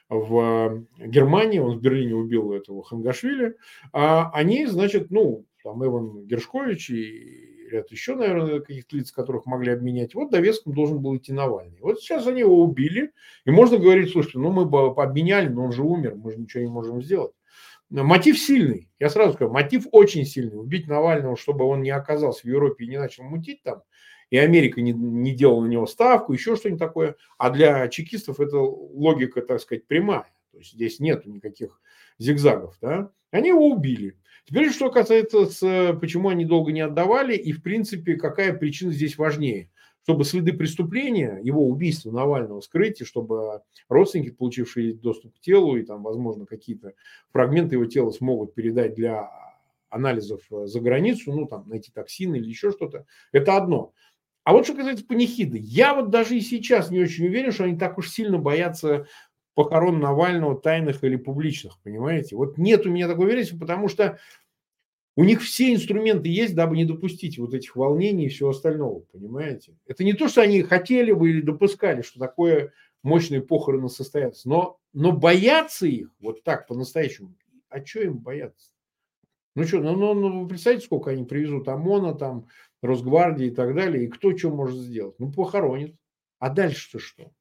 в Германии, он в Берлине убил этого Хангашвили, а они, значит, ну, там Иван Гершкович и ряд еще, наверное, каких-то лиц, которых могли обменять. Вот довеском должен был идти Навальный. Вот сейчас они его убили, и можно говорить, слушайте, ну мы бы обменяли, но он же умер, мы же ничего не можем сделать. Мотив сильный, я сразу скажу, мотив очень сильный. Убить Навального, чтобы он не оказался в Европе и не начал мутить там, и Америка не, не делала на него ставку, еще что-нибудь такое. А для чекистов это логика, так сказать, прямая. То есть здесь нет никаких зигзагов. Да? Они его убили. Теперь, что касается, с, почему они долго не отдавали, и, в принципе, какая причина здесь важнее. Чтобы следы преступления, его убийства Навального скрыть, и чтобы родственники, получившие доступ к телу, и там, возможно, какие-то фрагменты его тела смогут передать для анализов за границу, ну, там, найти токсины или еще что-то, это одно. А вот что касается панихиды, я вот даже и сейчас не очень уверен, что они так уж сильно боятся похорон Навального, тайных или публичных, понимаете? Вот нет у меня такой уверенности, потому что у них все инструменты есть, дабы не допустить вот этих волнений и всего остального, понимаете? Это не то, что они хотели бы или допускали, что такое мощные похороны состоятся, но, но бояться их вот так по-настоящему, а что им бояться? Ну что, ну, ну, ну вы представляете, сколько они привезут ОМОНа, там, Росгвардии и так далее, и кто что может сделать? Ну, похоронит. А дальше-то что?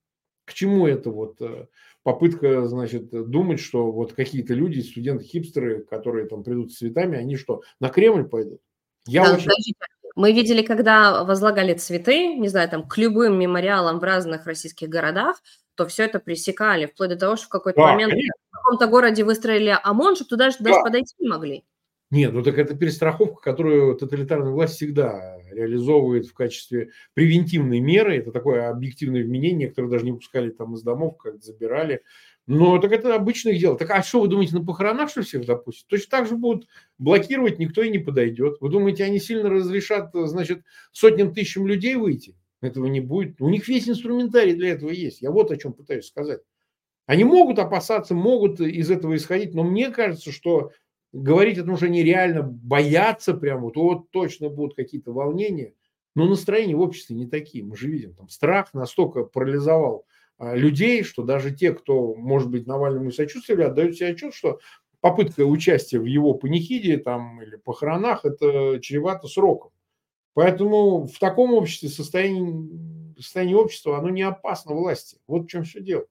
К чему это вот попытка, значит, думать, что вот какие-то люди, студенты-хипстеры, которые там придут с цветами, они что, на Кремль пойдут? Я Да, очень... подождите. Мы видели, когда возлагали цветы, не знаю, там, к любым мемориалам в разных российских городах, то все это пресекали, вплоть до того, что в какой-то Да, момент конечно. в каком-то городе выстроили ОМОН, чтобы туда даже Да. подойти не могли. Нет, ну так это перестраховка, которую тоталитарная власть всегда реализовывает в качестве превентивной меры. Это такое объективное вменение, некоторые даже не пускали там из домов, как забирали. Но так это обычное дело. Так а что вы думаете, на похоронах что всех допустят? Точно так же будут блокировать, никто и не подойдет. Вы думаете, они сильно разрешат, значит, сотням тысячам людей выйти? Этого не будет. У них весь инструментарий для этого есть. Я вот о чем пытаюсь сказать. Они могут опасаться, могут из этого исходить, но мне кажется, что говорить о том, что они реально боятся, прям вот, вот точно будут какие-то волнения, но настроения в обществе не такие. Мы же видим, там страх настолько парализовал а, людей, что даже те, кто, может быть, Навальному и сочувствовали, отдают себе отчет, что попытка участия в его панихиде там, или похоронах, это чревато сроком. Поэтому в таком обществе состояние, состояние общества, оно не опасно власти. Вот в чем все дело.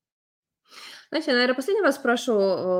Знаете, наверное, последний раз спрошу.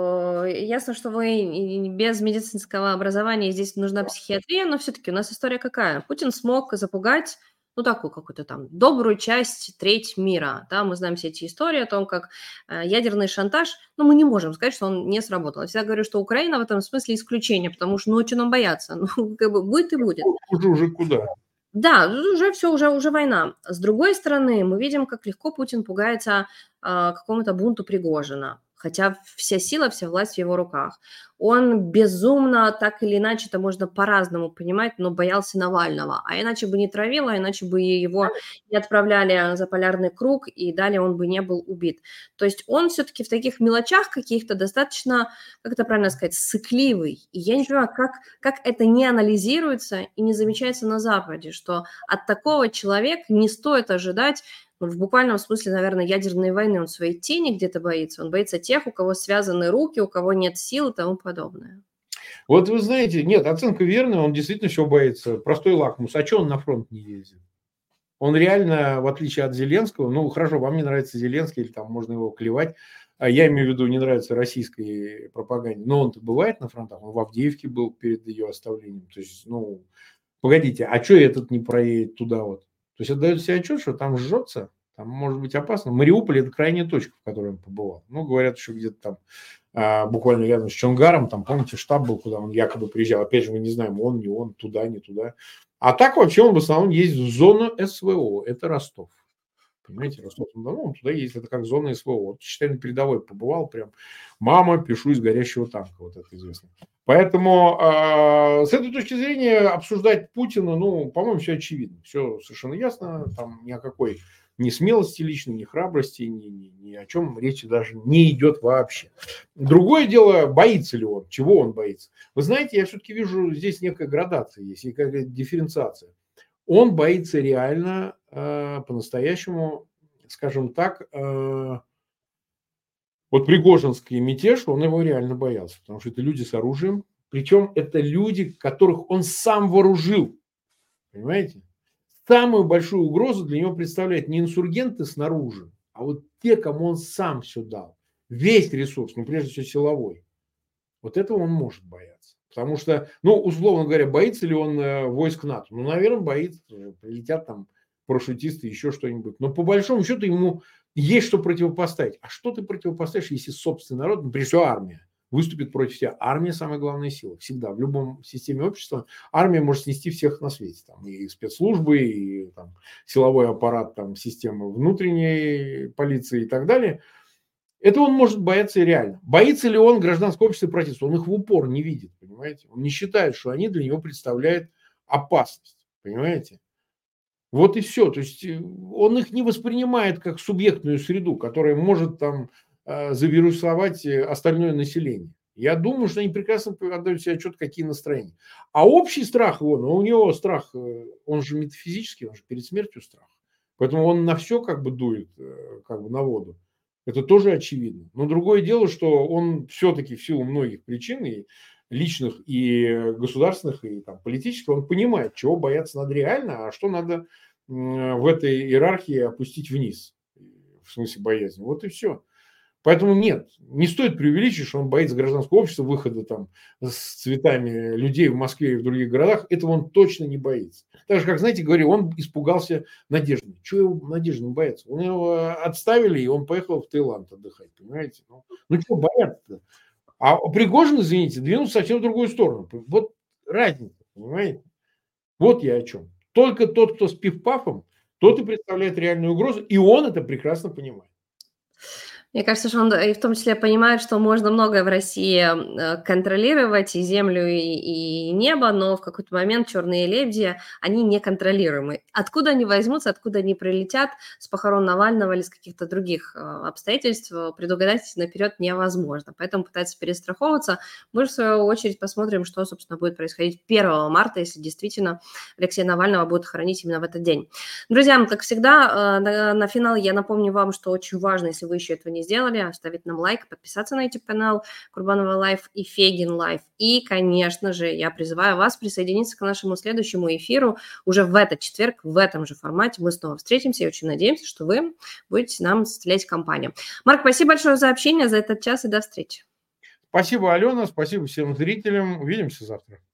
Э, Ясно, что вы и не- без медицинского образования, здесь нужна психиатрия, но все-таки у нас история какая? Путин смог запугать, ну, такую какую-то там добрую часть, треть мира. Да, мы знаем все эти истории о том, как э, ядерный шантаж, ну, мы не можем сказать, что он не сработал. Я всегда говорю, что Украина в этом смысле исключение, потому что, ну, что нам бояться? Ну, как бы будет и будет. Уже, уже куда? Да, тут уже все, уже уже война. С другой стороны, мы видим, как легко Путин пугается, а, какому-то бунту Пригожина, хотя вся сила, вся власть в его руках. Он безумно, так или иначе, это можно по-разному понимать, но боялся Навального, а иначе бы не травил, а иначе бы и его не отправляли за полярный круг, и далее он бы не был убит. То есть он все-таки в таких мелочах каких-то достаточно, как это правильно сказать, сыкливый. И я не понимаю, как как это не анализируется и не замечается на Западе, что от такого человека не стоит ожидать, ну, в буквальном смысле, наверное, ядерной войны. Он своей тени где-то боится, он боится тех, у кого связаны руки, у кого нет сил и тому подобное. Вот вы знаете, нет, оценка верная, он действительно всего боится. Простой лакмус. А что он на фронт не ездит? Он реально, в отличие от Зеленского, ну, хорошо, вам не нравится Зеленский, или там можно его клевать, а я имею в виду, не нравится российской пропаганде, но он-то бывает на фронтах, он в Авдеевке был перед ее оставлением. То есть, ну, погодите, а что этот не проедет туда вот? То есть отдает себе отчет, что там жжется, там может быть опасно. Мариуполь – это крайняя точка, в которой он побывал. Ну, говорят, еще где-то там а, буквально рядом с Чонгаром, там, помните, штаб был, куда он якобы приезжал. Опять же, мы не знаем, он, не он, туда, не туда. А так вообще он в основном ездит в зону СВО, это Ростов. Понимаете, Ростов-на-Дону, он туда ездит, это как зона СВО. Вот, считай, на передовой побывал, прям, мама, пишу из горящего танка, вот это известно. Поэтому э, с этой точки зрения обсуждать Путина, ну, по-моему, все очевидно, все совершенно ясно, там ни о какой ни смелости личной, ни храбрости, ни, ни, ни о чем речи даже не идет вообще. Другое дело, боится ли он, чего он боится. Вы знаете, я все-таки вижу, здесь некая градация есть, и какая-то дифференциация. Он боится реально, э, по-настоящему, скажем так, э, вот Пригожинский мятеж, он его реально боялся, потому что это люди с оружием, причем это люди, которых он сам вооружил, понимаете? Самую большую угрозу для него представляют не инсургенты снаружи, а вот те, кому он сам все дал. Весь ресурс, ну, прежде всего, силовой. Вот этого он может бояться. Потому что, ну, условно говоря, боится ли он э, войск НАТО? Ну, наверное, боится. Прилетят там парашютисты, еще что-нибудь. Но по большому счету ему есть что противопоставить. А что ты противопоставишь, если собственный народ, ну, прежде всего армия, выступит против тебя? Армия – самая главная сила. Всегда. В любом системе общества армия может снести всех на свете. Там, и спецслужбы, и там, силовой аппарат, там, системы внутренней полиции и так далее. Это он может бояться и реально. Боится ли он гражданского общества и протеста? Он их в упор не видит, понимаете? Он не считает, что они для него представляют опасность, понимаете? Вот и все. То есть он их не воспринимает как субъектную среду, которая может там завирусовать остальное население. Я думаю, что они прекрасно отдают себе отчет, какие настроения. А общий страх его, ну, у него страх, он же метафизический, он же перед смертью страх. Поэтому он на все как бы дует, как бы на воду. Это тоже очевидно. Но другое дело, что он все-таки в силу многих причин, и личных, и государственных, и там, политических, он понимает, чего бояться надо реально, а что надо в этой иерархии опустить вниз. в смысле боязни. Вот и все. Поэтому нет, не стоит преувеличить, что он боится гражданского общества, выхода там с цветами людей в Москве и в других городах. Этого он точно не боится. Так же, как, знаете, говорю, он испугался Надежды. Чего его Надежды бояться? Он его отставили, и он поехал в Таиланд отдыхать, понимаете? Ну, ну что бояться-то? А Пригожин, извините, двинулся совсем в другую сторону. Вот разница, понимаете? Вот я о чем. Только тот, кто с пиф-пафом, тот и представляет реальную угрозу, и он это прекрасно понимает. Мне кажется, что он и в том числе понимает, что можно многое в России э, контролировать, и землю, и, и небо, но в какой-то момент черные лебеди, они неконтролируемы. Откуда они возьмутся, откуда они прилетят, с похорон Навального или с каких-то других э, обстоятельств, предугадать наперед невозможно. Поэтому пытается перестраховываться. Мы же, в свою очередь, посмотрим, что, собственно, будет происходить первого марта, если действительно Алексея Навального будут хоронить именно в этот день. Друзья, как всегда, э, на, на финал я напомню вам, что очень важно, если вы еще этого не сделали, оставить нам лайк, подписаться на YouTube-канал Курбанова Лайф и Фегин Лайф. И, конечно же, я призываю вас присоединиться к нашему следующему эфиру уже в этот четверг, в этом же формате. Мы снова встретимся и очень надеемся, что вы будете нам составлять компанию. Марк, спасибо большое за общение, за этот час и до встречи. Спасибо, Алена, спасибо всем зрителям. Увидимся завтра.